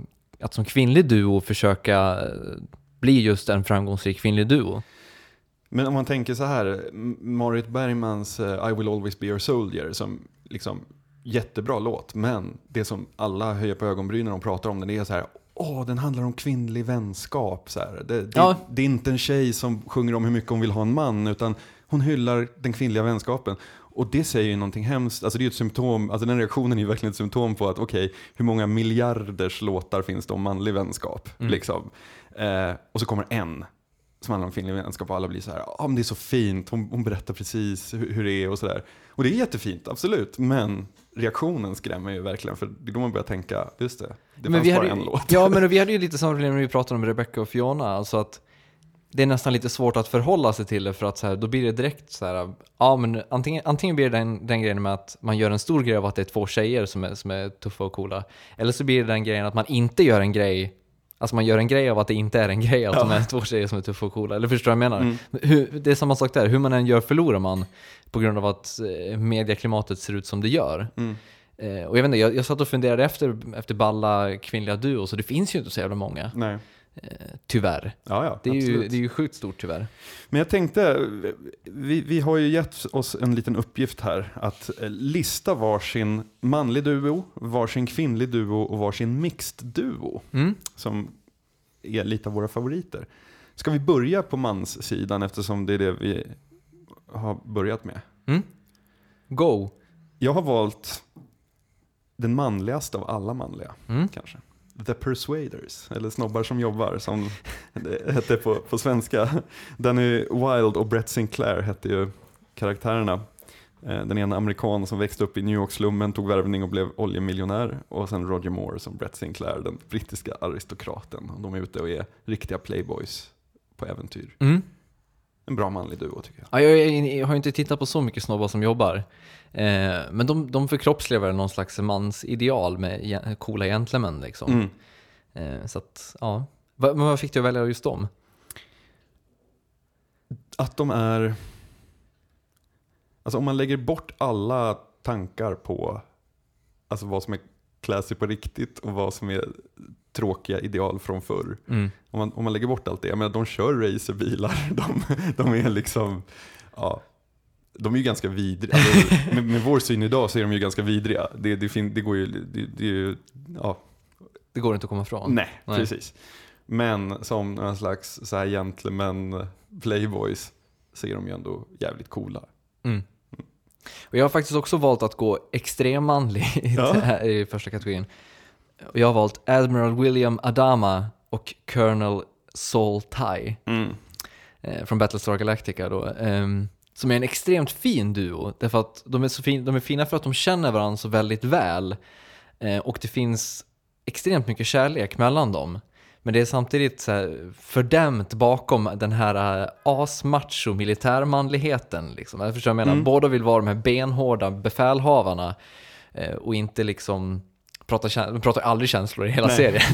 att som kvinnlig duo försöka bli just en framgångsrik kvinnlig duo. Men om man tänker så här, Marit Bergmans uh, I Will Always Be Your Soldier, som liksom jättebra låt, men det som alla höjer på ögonbrynen när de pratar om den, det är så här: åh, den handlar om kvinnlig vänskap. Så här. Det, det, ja. det är inte en tjej som sjunger om hur mycket hon vill ha en man, utan hon hyllar den kvinnliga vänskapen. Och det säger ju någonting hemskt. Alltså det är ju ett symptom, alltså den reaktionen är ju verkligen ett symptom på att okej, okay, hur många miljarders låtar finns det om manlig vänskap? Mm. Liksom. Eh, och så kommer en som handlar om kvinnlig vänskap och alla blir så här: ja, men det är så fint, hon, hon berättar precis hur, hur det är och sådär. Och det är jättefint, absolut, men reaktionen skrämmer ju verkligen, för det är då man börjar tänka, just det, det men fanns vi bara hade, en låt. Ja, men vi hade ju lite samma problem när vi pratade om Rebecca och Fiona, alltså att det är nästan lite svårt att förhålla sig till det, för att så här, då blir det direkt så här, ja men antingen, antingen blir det den, den grejen med att man gör en stor grej av att det är två tjejer som är, som är tuffa och coola, eller så blir det den grejen att man inte gör en grej, alltså man gör en grej av att det inte är en grej att ja. de är två tjejer som är tuffa och coola, eller förstår du vad jag menar? Mm. Hur, det är samma sak där, hur man än gör förlorar man på grund av att medieklimatet ser ut som det gör. Mm. Eh, och jag vet inte, jag, jag satt och funderade efter, efter balla kvinnliga duo, så det finns ju inte så jävla många. Nej. Tyvärr. Ja, ja, det, är ju, det är ju sjukt stort tyvärr. Men jag tänkte, vi, vi har ju gett oss en liten uppgift här att lista varsin manlig duo, varsin kvinnlig duo och varsin mixed duo. Mm. Som är lite av våra favoriter. Ska vi börja på manssidan eftersom det är det vi har börjat med? Mm. Go! Jag har valt den manligaste av alla manliga, mm. kanske. The Persuaders, eller Snobbar som jobbar, som det hette på, på svenska. Danny Wilde och Brett Sinclair hette ju karaktärerna. Den ena amerikan som växte upp i New York-slummen, tog värvning och blev oljemiljonär. Och sen Roger Moore som Brett Sinclair, den brittiska aristokraten. De är ute och är riktiga playboys på äventyr. Mm. En bra manlig duo tycker jag. Ja, jag, jag, jag har inte tittat på så mycket snobbar som jobbar. Eh, men de, de förkroppsligar någon slags mansideal med coola gentlemän liksom. Mm. Eh, så att, ja. Men vad fick du att välja just dem? Att de är... Alltså om man lägger bort alla tankar på alltså vad som är classy på riktigt och vad som är tråkiga ideal från förr. Mm. Om, man, om man lägger bort allt det. Jag menar, de kör racerbilar. De, de är liksom... Ja, de är ju ganska vidriga. Alltså, med, med vår syn idag så är de ju ganska vidriga. Det, det, det går ju... Det, det, är ju ja. Det går inte att komma ifrån. Nej, Nej, precis. Men som en slags så här gentleman playboys så är de ju ändå jävligt coola. Mm. Mm. Och jag har faktiskt också valt att gå extremmanlig i, ja. i första kategorin. Och jag har valt Admiral William Adama och Colonel Saul Tigh mm. eh, från Battlestar Galactica då. Eh, som är en extremt fin duo. Därför att de är, så fin, de är fina för att de känner varandra så väldigt väl. Eh, och det finns extremt mycket kärlek mellan dem. Men det är samtidigt så här fördämt bakom den här uh, asmacho militärmanligheten. Liksom. Jag förstår vad jag menar. Mm. Båda vill vara de här benhårda befälhavarna eh, och inte liksom prata, de pratar aldrig känslor i hela Nej. serien.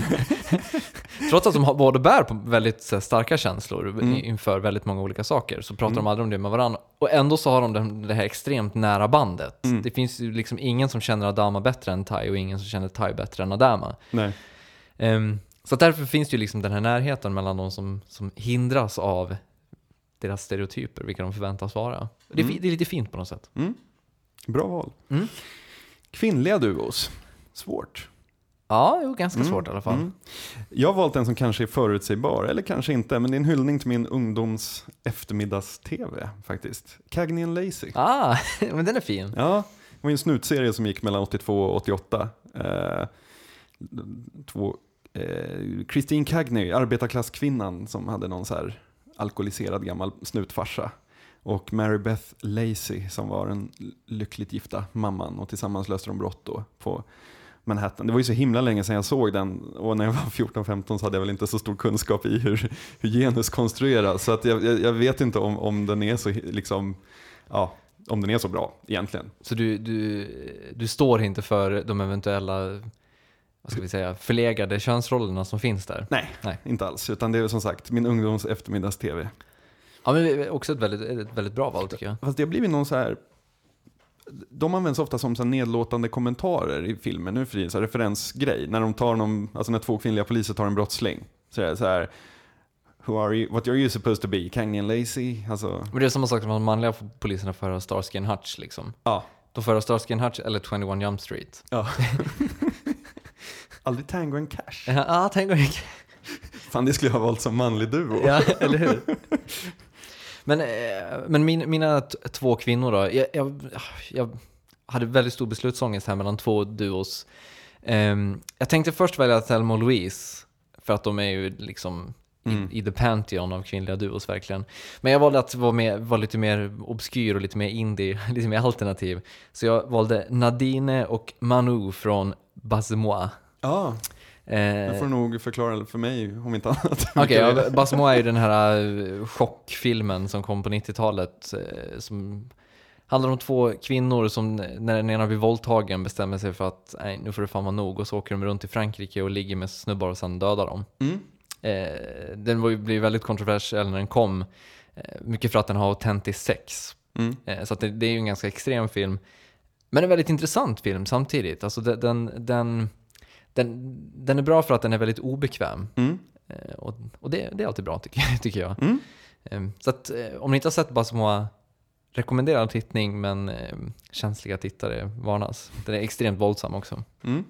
Trots att de har, båda bär på väldigt så här, starka känslor mm. inför väldigt många olika saker, så pratar mm. de aldrig om det med varandra. Och ändå så har de det, det här extremt nära bandet. Mm. Det finns ju liksom ingen som känner Adama bättre än Tigh och ingen som känner Tigh bättre än Adama. Nej. Um, Så därför finns det ju liksom den här närheten mellan de som, som hindras av deras stereotyper, vilka de förväntas vara. Det är, mm. det är lite fint på något sätt. Mm. Bra val. Mm. Kvinnliga duos. Svårt. Ja, jo, ganska mm. svårt i alla fall. Mm. Jag har valt en som kanske är förutsägbar, eller kanske inte, men det är en hyllning till min ungdoms eftermiddags-tv faktiskt. Cagney and Lacey. Ah, men den är fin. Ja, det var en snutserie som gick mellan åttiotvå och åttioåtta. Eh, två... Eh, Christine Cagney, arbetarklasskvinnan som hade någon så här alkoholiserad gammal snutfarsa, och Mary Beth Lacey som var den lyckligt gifta mamman, och tillsammans löste de brott då på Manhattan. Det var ju så himla länge sedan jag såg den, och när jag var fjorton femton så hade jag väl inte så stor kunskap i hur, hur genus konstrueras, så att jag, jag, jag vet inte om, om den är så liksom, ja, om den är så bra egentligen. Så du, du, du står inte för de eventuella, vad ska vi säga, förlegade könsrollerna som finns där? Nej, Nej. inte alls. Utan det är som sagt min ungdoms eftermiddags-tv. Ja, men också ett väldigt, ett väldigt bra val tycker jag. Fast det har blivit någon så här de används ofta som så här nedlåtande kommentarer i filmen, nu för det är en så här referensgrej. När de tar någon, alltså när två kvinnliga poliser tar en brottsling. Så är det så här, who are you, what are you supposed to be, Cagney and Lacey? Alltså... Men det är samma sak som de manliga poliserna för Starsky and Hutch liksom. Ja. De för Starsky and Hutch eller tjugoett Jump Street. Ja. Aldrig Tango and Cash. Ja, ah, Tango and Cash. Fan, det skulle jag ha valt som manlig duo. Ja, eller hur? Men, men min, mina t- två kvinnor då, jag, jag, jag hade väldigt stor beslutsångest här mellan två duos. Um, jag tänkte först välja Thelma och Louise, för att de är ju liksom mm. i, i the pantheon av kvinnliga duos verkligen. Men jag valde att vara, med, vara lite mer obskyr och lite mer indie, lite mer alternativ. Så jag valde Nadine och Manu från Bas-et-moi. Ja. Jag får nog förklara för mig om inte annat. Okej, okay, ja, Bas-et-moi är ju den här chockfilmen som kom på nittiotalet som handlar om två kvinnor som när den ena blir våldtagen bestämmer sig för att nej, nu får det fan vara nog, och så åker de runt i Frankrike och ligger med snubbar och sen dödar dem. Mm. Eh, den var ju, blev väldigt kontroversiell när den kom, eh, mycket för att den har autentisk sex. Mm. Eh, så att det, det är ju en ganska extrem film, men en väldigt intressant film samtidigt. Alltså den... den Den, den är bra för att den är väldigt obekväm. Mm. Eh, och och det, det är alltid bra tycker, tycker jag. Mm. Eh, så att, eh, om ni inte har sett Bas-et-moi, rekommenderad tittning, men eh, känsliga tittare varnas. Den är extremt våldsam också. Mm.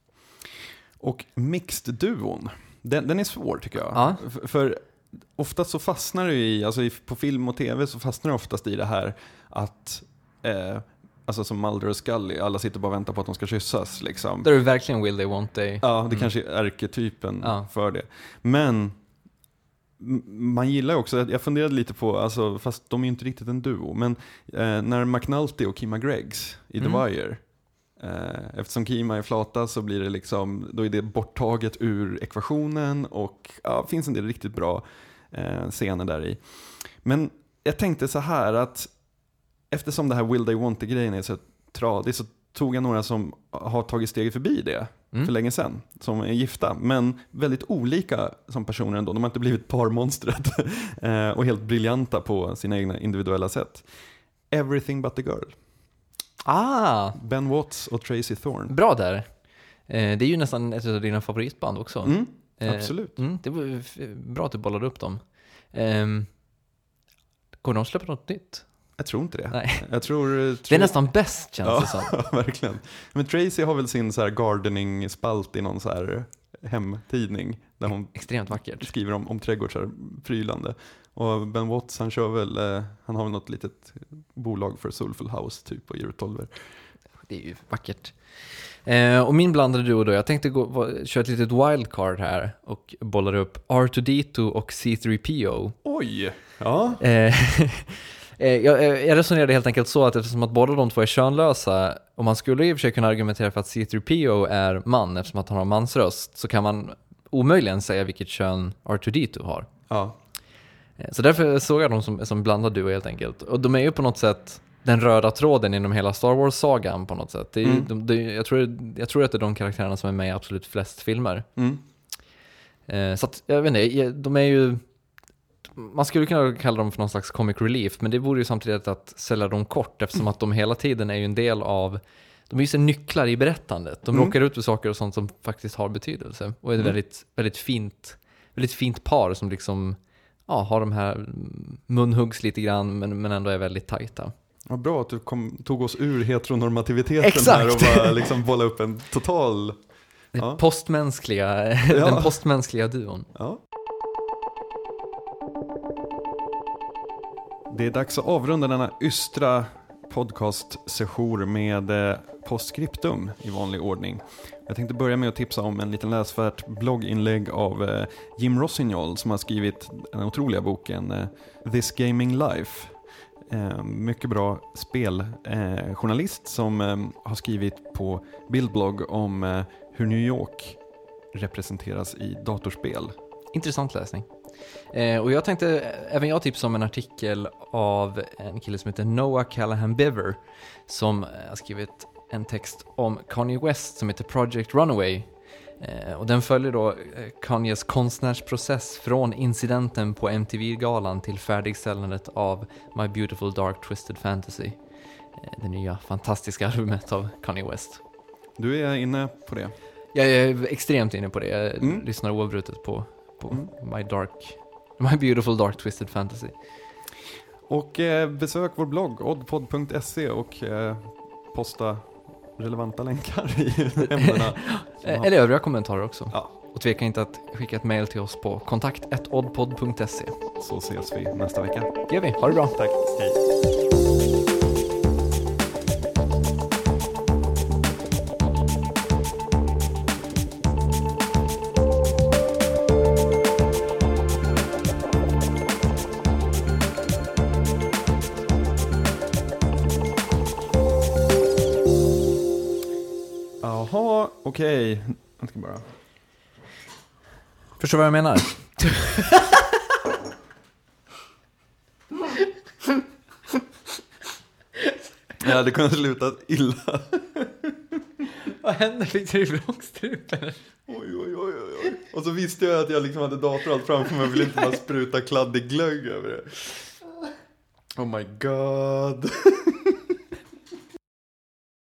Och mixed-duon, den, den är svår tycker jag. Ja. För, för oftast så fastnar det i, alltså på film och tv så fastnar det oftast i det här att... Eh, Alltså som Mulder och Scully, alla sitter bara och väntar på att de ska kyssas liksom. Det är verkligen will they, won't they. Ja, det mm. kanske är arketypen ja. för det. Men man gillar också, jag funderade lite på, alltså, fast de är ju inte riktigt en duo, men eh, när McNulty och Kima Greggs i The mm. Wire, eh, eftersom Kima är flata så blir det liksom, då är det borttaget ur ekvationen och ja, finns en del riktigt bra eh, scener där i. Men jag tänkte så här att eftersom det här will they want grejen är så tradigt, så tog jag några som har tagit steget förbi det mm. för länge sedan, som är gifta, men väldigt olika som personer ändå. De har inte blivit parmonstret och helt briljanta på sina egna individuella sätt. Everything but the girl. Ah. Ben Watts och Tracy Thorn. Bra där. Eh, det är ju nästan ett av dina favoritband också. Mm, absolut. Eh, mm, det var bra att du bollade upp dem. Eh, Kommer de släppa något nytt? Jag tror inte det. Nej. Jag tror, tror... Det är nästan bäst känns ja, det som. Ja, verkligen. Men Tracy har väl sin så här gardening-spalt i någon så här hemtidning där hon extremt vackert skriver om, om trädgårdar prylande. Och Ben Watts, han kör väl, eh, han har väl något litet bolag för Soulful House typ och gör tolver. Det är ju vackert. Eh, och min blandade duo då, jag tänkte gå, köra ett litet wildcard här och bollar upp R two D two och C three P O. Oj! Ja. Eh, Jag, jag resonerade helt enkelt så att eftersom att båda de två är könlösa, och man skulle i och för sig kunna argumentera för att C three P O är man eftersom att han har mansröst, så kan man omöjligen säga vilket kön R two D two har. Ja. Så därför såg jag dem som, som blandad duo helt enkelt. Och de är ju på något sätt den röda tråden inom hela Star Wars-sagan på något sätt. Det är, mm. de, de, jag, tror, jag tror att det är de karaktärerna som är med i absolut flest filmer. Mm. Eh, så att, jag vet inte, de är ju... Man skulle kunna kalla dem för någon slags comic relief, men det vore ju samtidigt att sälja dem kort, eftersom att de hela tiden är ju en del av, de är ju så nycklar i berättandet. De mm. råkar ut för saker och sånt som faktiskt har betydelse, och är ett mm. väldigt, väldigt fint väldigt fint par som liksom ja, har de här munhuggs lite grann, men, men ändå är väldigt tajta. Vad bra att du kom, tog oss ur heteronormativiteten. Exakt. Här och bara liksom bolla upp en total... Ja. Postmänskliga, ja. Den postmänskliga duon. Ja. Det är dags att avrunda denna ystra podcast-session med eh, postscriptum i vanlig ordning. Jag tänkte börja med att tipsa om en liten läsvärt blogginlägg av eh, Jim Rossignol som har skrivit den otroliga boken eh, This Gaming Life. Eh, mycket bra speljournalist eh, som eh, har skrivit på Bildblogg om eh, hur New York representeras i datorspel. Intressant läsning. Eh, och jag tänkte, även jag tipsade om en artikel av en kille som heter Noah Callahan Bever som har skrivit en text om Kanye West som heter Project Runaway. Eh, och den följer då Kanyes konstnärsprocess från incidenten på M T V-galan till färdigställandet av My Beautiful Dark Twisted Fantasy. det nya fantastiska albumet av Kanye West. Du är inne på det? Jag är extremt inne på det. Jag Mm. lyssnar oavbrutet på, på Mm. My Dark, My Beautiful Dark Twisted Fantasy. Och eh, besök vår blogg oddpod punkt se och eh, posta relevanta länkar i ämnena. Eller övriga kommentarer också. Ja. Och tveka inte att skicka ett mail till oss på kontakt at oddpod punkt se. Så ses vi nästa vecka. Det gör vi. Ha det bra. Tack. Hej. Jaha, okej. Okay. Jag ska bara... Förstår vad jag menar? Jag hade kunnat sluta illa. Vad hände? Fick du vrångstrupen? Oj, oj, oj, oj. Och så visste jag att jag liksom hade dator allt framför mig. Jag ville inte bara spruta kladdig glögg över det. Oh my god.